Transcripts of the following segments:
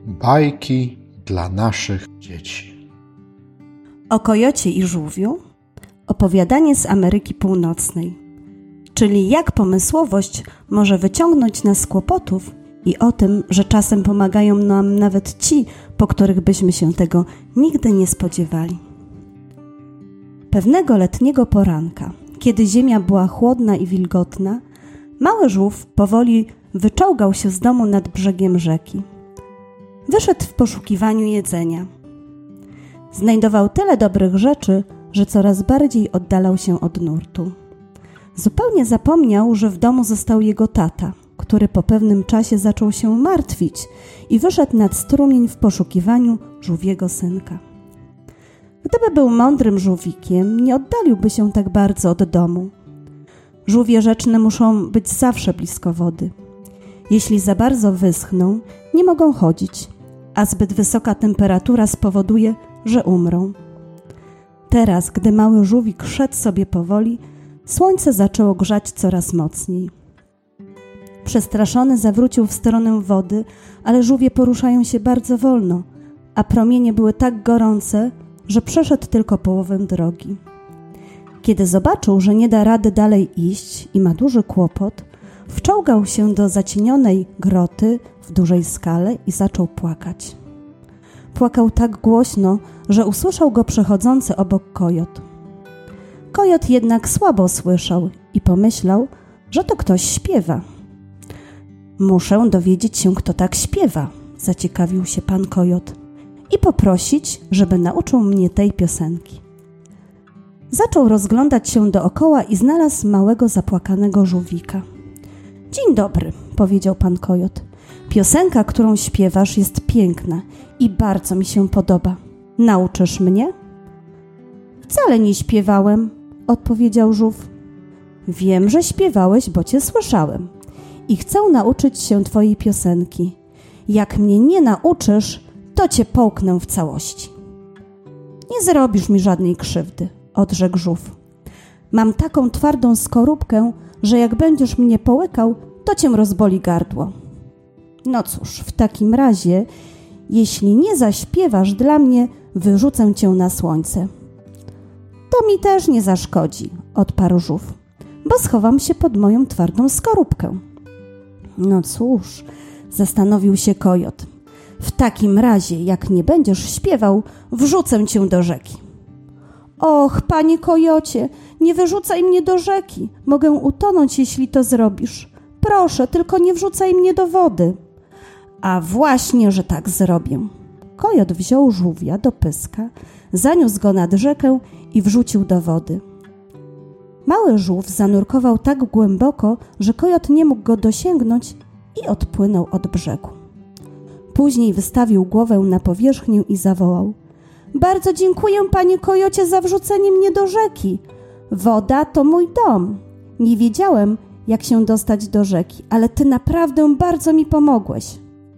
Bajki dla naszych dzieci. O kojocie i żółwiu opowiadanie z Ameryki Północnej, czyli jak pomysłowość może wyciągnąć nas z kłopotów i o tym, że czasem pomagają nam nawet ci, po których byśmy się tego nigdy nie spodziewali. Pewnego letniego poranka, kiedy ziemia była chłodna i wilgotna, mały żółw powoli wyczołgał się z domu nad brzegiem rzeki. Wyszedł w poszukiwaniu jedzenia. Znajdował tyle dobrych rzeczy, że coraz bardziej oddalał się od nurtu. Zupełnie zapomniał, że w domu został jego tata, który po pewnym czasie zaczął się martwić i wyszedł nad strumień w poszukiwaniu żółwiego synka. Gdyby był mądrym żółwikiem, nie oddaliłby się tak bardzo od domu. Żółwie rzeczne muszą być zawsze blisko wody. Jeśli za bardzo wyschną, nie mogą chodzić, a zbyt wysoka temperatura spowoduje, że umrą. Teraz, gdy mały żółwik szedł sobie powoli, słońce zaczęło grzać coraz mocniej. Przestraszony zawrócił w stronę wody, ale żółwie poruszają się bardzo wolno, a promienie były tak gorące, że przeszedł tylko połowę drogi. Kiedy zobaczył, że nie da rady dalej iść i ma duży kłopot, wczołgał się do zacienionej groty w dużej skale i zaczął płakać. Płakał tak głośno, że usłyszał go przechodzący obok kojot. Kojot jednak słabo słyszał i pomyślał, że to ktoś śpiewa. Muszę dowiedzieć się, kto tak śpiewa, zaciekawił się pan kojot, i poprosić, żeby nauczył mnie tej piosenki. Zaczął rozglądać się dookoła i znalazł małego zapłakanego żółwika. Dzień dobry, powiedział pan kojot. Piosenka, którą śpiewasz, jest piękna i bardzo mi się podoba. Nauczysz mnie? Wcale nie śpiewałem, odpowiedział żółw. Wiem, że śpiewałeś, bo cię słyszałem i chcę nauczyć się twojej piosenki. Jak mnie nie nauczysz, to cię połknę w całości. Nie zrobisz mi żadnej krzywdy, odrzekł żółw. Mam taką twardą skorupkę, że jak będziesz mnie połykał, to cię rozboli gardło. No cóż, w takim razie, jeśli nie zaśpiewasz dla mnie, wyrzucę cię na słońce. To mi też nie zaszkodzi, odparł żółw, bo schowam się pod moją twardą skorupkę. No cóż, zastanowił się kojot. W takim razie, jak nie będziesz śpiewał, wrzucę cię do rzeki. Och, panie kojocie, nie wyrzucaj mnie do rzeki. Mogę utonąć, jeśli to zrobisz. Proszę, tylko nie wrzucaj mnie do wody. A właśnie, że tak zrobię. Kojot wziął żółwia do pyska, zaniósł go nad rzekę i wrzucił do wody. Mały żółw zanurkował tak głęboko, że kojot nie mógł go dosięgnąć i odpłynął od brzegu. Później wystawił głowę na powierzchnię i zawołał. Bardzo dziękuję, panie kojocie, za wrzucenie mnie do rzeki. Woda to mój dom. Nie wiedziałem, jak się dostać do rzeki, ale ty naprawdę bardzo mi pomogłeś.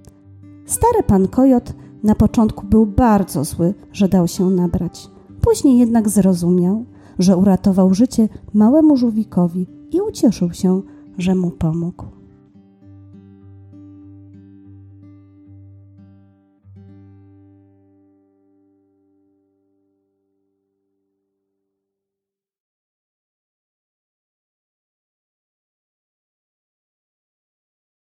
Stary pan kojot na początku był bardzo zły, że dał się nabrać. Później jednak zrozumiał, że uratował życie małemu żółwikowi i ucieszył się, że mu pomógł.